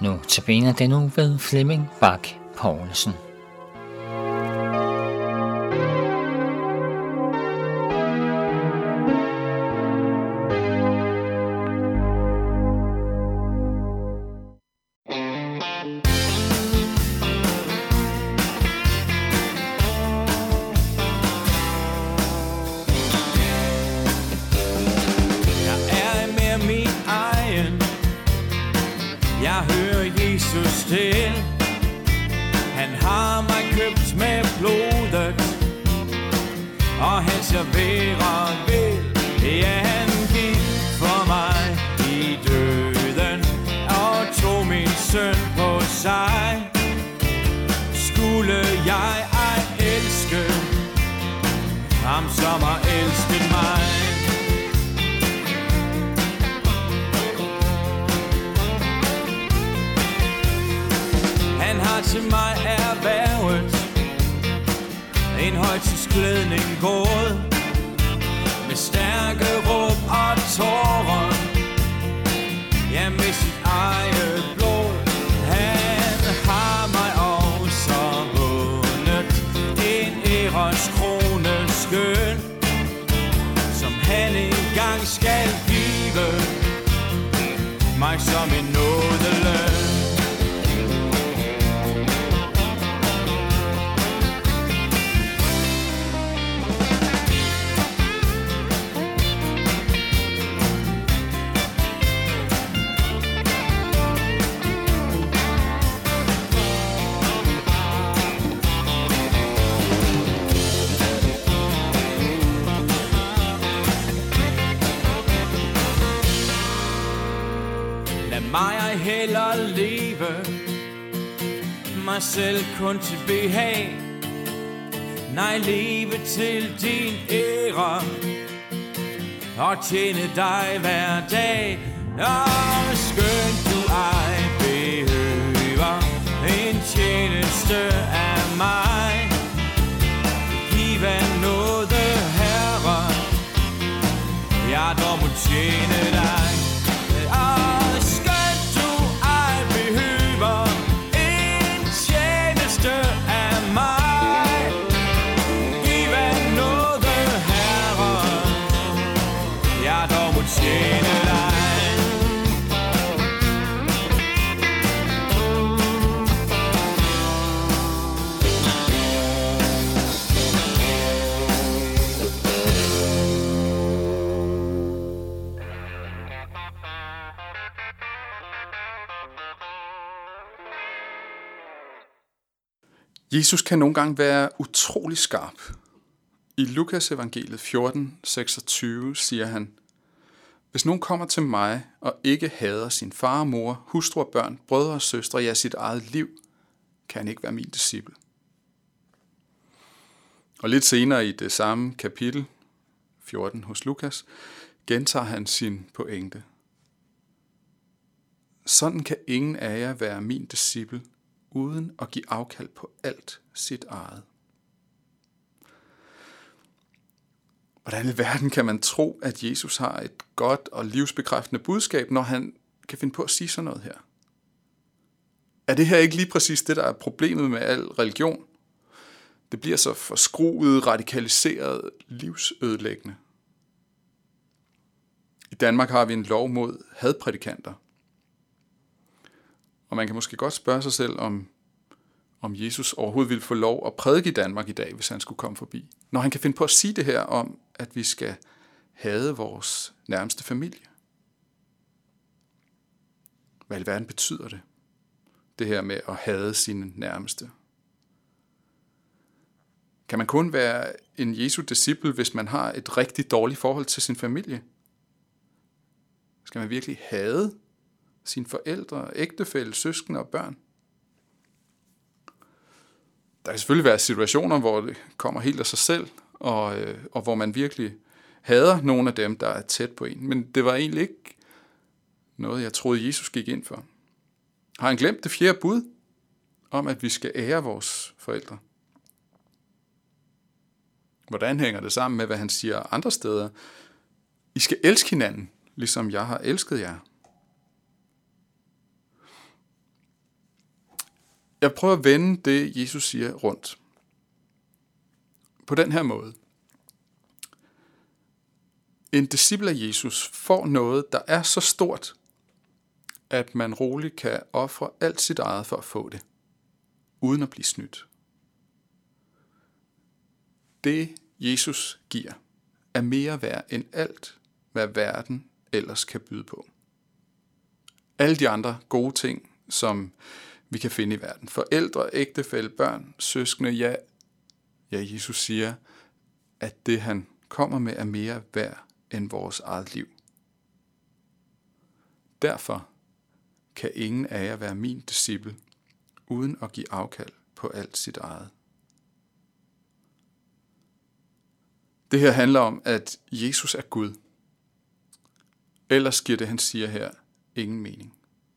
Nu tabiner den uge ved Flemming Bak Poulsen. Jeg hører Jesus til. Han har mig købt med blodet, og han serverer vel. Ja, han gik for mig i døden og tog min synd på sig. Skulle jeg ej elske ham, som har elsket mig? Han har til mig erhvervet en højtidsklædning god, med stærke råb og tårer, ja, med sit eget blod. Han har mig også vundet en æreskrone skøn, som han engang skal give mig som en nådeløn. Mig ej heller leve mig selv kun til behag, nej, leve til din ære og tjene dig hver dag. Og skønt du ej behøver en tjeneste af mig, giv af nåde, Herre, jeg dog må tjene dig. Jesus kan nogle gange være utrolig skarp. I Lukas evangeliet 14:26 siger han: Hvis nogen kommer til mig og ikke hader sin far og mor, hustru og børn, brødre og søstre, ja, sit eget liv, kan han ikke være min disciple. Og lidt senere i det samme kapitel, 14 hos Lukas, gentager han sin pointe. Sådan kan ingen af jer være min disciple, uden at give afkald på alt sit eget. Hvordan i verden kan man tro, at Jesus har et godt og livsbekræftende budskab, når han kan finde på at sige sådan noget her? Er det her ikke lige præcis det, der er problemet med al religion? Det bliver så forskruet, radikaliseret, livsødelæggende. I Danmark har vi en lov mod hadprædikanter. Og man kan måske godt spørge sig selv, om Jesus overhovedet ville få lov at prædike i Danmark i dag, hvis han skulle komme forbi. Når han kan finde på at sige det her om, at vi skal hade vores nærmeste familie. Hvad i verden betyder det? Det her med at hade sine nærmeste. Kan man kun være en Jesu disciple, hvis man har et rigtig dårligt forhold til sin familie? Skal man virkelig hade sine forældre, ægtefælle, søskende og børn? Der kan selvfølgelig være situationer, hvor det kommer helt af sig selv, og hvor man virkelig hader nogle af dem, der er tæt på en. Men det var egentlig ikke noget, jeg troede, Jesus gik ind for. Har han glemt det 4. bud om, at vi skal ære vores forældre? Hvordan hænger det sammen med, hvad han siger andre steder? I skal elske hinanden, ligesom jeg har elsket jer. Jeg prøver at vende det, Jesus siger, rundt. På den her måde. En disciple af Jesus får noget, der er så stort, at man roligt kan ofre alt sit eget for at få det, uden at blive snydt. Det, Jesus giver, er mere værd end alt, hvad verden ellers kan byde på. Alle de andre gode ting, som vi kan finde i verden. Forældre, ægtefælle, børn, søskende, ja, Jesus siger, at det han kommer med er mere værd end vores eget liv. Derfor kan ingen af jer være min disciple, uden at give afkald på alt sit eget. Det her handler om, at Jesus er Gud. Ellers giver det, han siger her, ingen mening.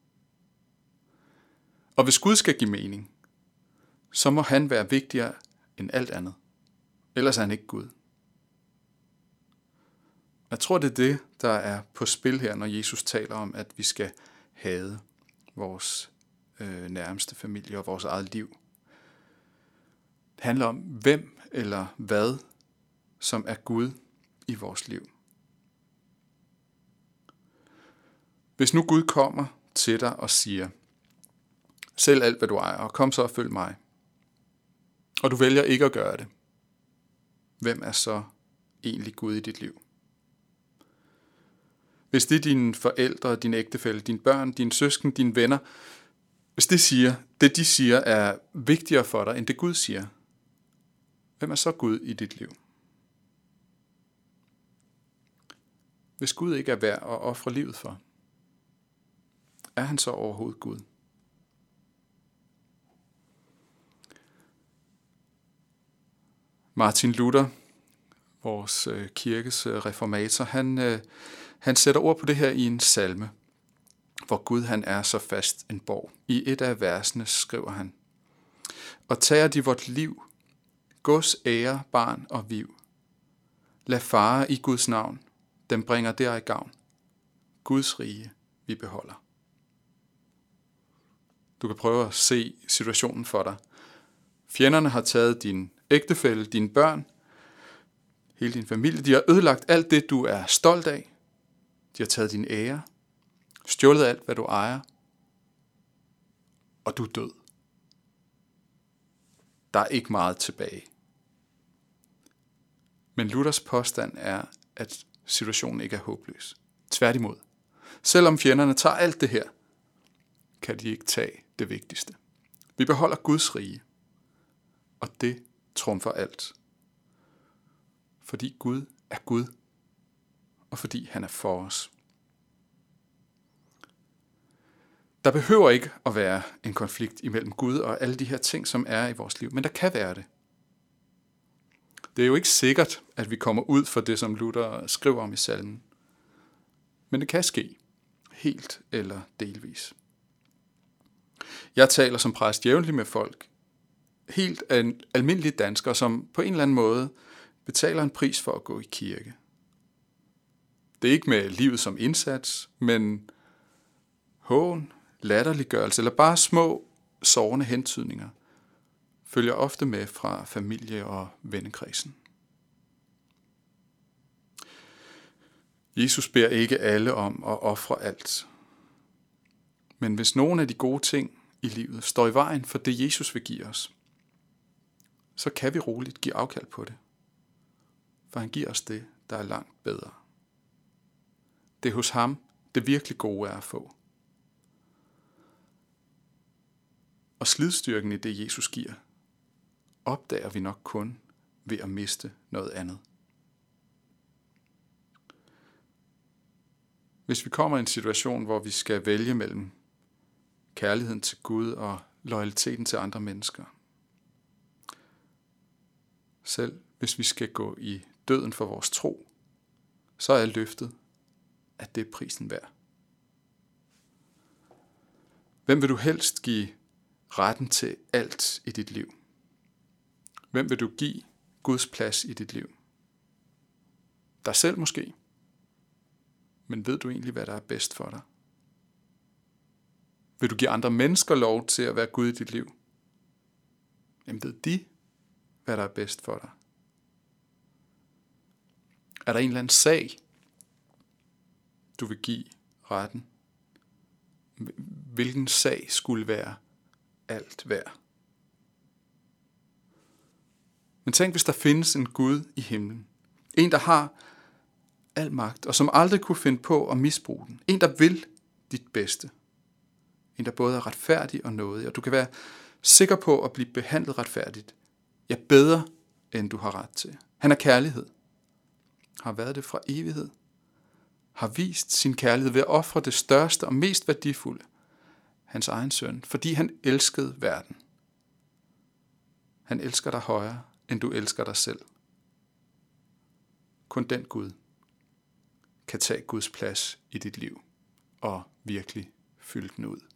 Og hvis Gud skal give mening, så må han være vigtigere end alt andet. Ellers er han ikke Gud. Jeg tror, det er det, der er på spil her, når Jesus taler om, at vi skal hade vores nærmeste familie og vores eget liv. Det handler om, hvem eller hvad, som er Gud i vores liv. Hvis nu Gud kommer til dig og siger, sælg alt, hvad du ejer, og kom så og følg mig, og du vælger ikke at gøre det, hvem er så egentlig Gud i dit liv? Hvis det er dine forældre, din ægtefælle, dine børn, dine søsken, dine venner, hvis det de siger er vigtigere for dig, end det Gud siger, hvem er så Gud i dit liv? Hvis Gud ikke er værd at ofre livet for, er han så overhovedet Gud? Martin Luther, vores kirkes reformator, han sætter ord på det her i en salme, hvor Gud han er så fast en borg. I et af versene skriver han, og tager de vort liv, gods, ære, barn og viv. Lad fare i Guds navn, dem bringer der i gavn. Guds rige vi beholder. Du kan prøve at se situationen for dig. Fjenderne har taget din ægtefælle, dine børn, hele din familie. De har ødelagt alt det, du er stolt af. De har taget din ære, stjålet alt, hvad du ejer, og du er død. Der er ikke meget tilbage. Men Luthers påstand er, at situationen ikke er håbløs. Tværtimod. Selvom fjenderne tager alt det her, kan de ikke tage det vigtigste. Vi beholder Guds rige, og det trumfer alt. Fordi Gud er Gud, og fordi han er for os. Der behøver ikke at være en konflikt imellem Gud og alle de her ting, som er i vores liv, men der kan være det. Det er jo ikke sikkert, at vi kommer ud for det, som Luther skriver om i salmen. Men det kan ske, helt eller delvis. Jeg taler som præst jævnligt med folk, helt almindelige danskere, som på en eller anden måde betaler en pris for at gå i kirke. Det er ikke med livet som indsats, men hån, latterliggørelse eller bare små sårende hentydninger følger ofte med fra familie- og vennekredsen. Jesus beder ikke alle om at ofre alt. Men hvis nogle af de gode ting i livet står i vejen for det, Jesus vil give os, så kan vi roligt give afkald på det. For han giver os det, der er langt bedre. Det er hos ham, det virkelig gode er at få. Og slidstyrken i det, Jesus giver, opdager vi nok kun ved at miste noget andet. Hvis vi kommer i en situation, hvor vi skal vælge mellem kærligheden til Gud og loyaliteten til andre mennesker, selv hvis vi skal gå i døden for vores tro, så er løftet, at det er prisen værd. Hvem vil du helst give retten til alt i dit liv? Hvem vil du give Guds plads i dit liv? Dig selv måske? Men ved du egentlig, hvad der er bedst for dig? Vil du give andre mennesker lov til at være Gud i dit liv? Jamen ved de, hvad der er bedst for dig? Er der en eller anden sag, du vil give retten? Hvilken sag skulle være alt værd? Men tænk, hvis der findes en Gud i himlen. En, der har al magt, og som aldrig kunne finde på at misbruge den. En, der vil dit bedste. En, der både er retfærdig og nådig, og du kan være sikker på at blive behandlet retfærdigt. Ja, bedre end du har ret til. Han er kærlighed. Har været det fra evighed. Har vist sin kærlighed ved at ofre det største og mest værdifulde. Hans egen søn, fordi han elskede verden. Han elsker dig højere, end du elsker dig selv. Kun den Gud kan tage Guds plads i dit liv og virkelig fylde den ud.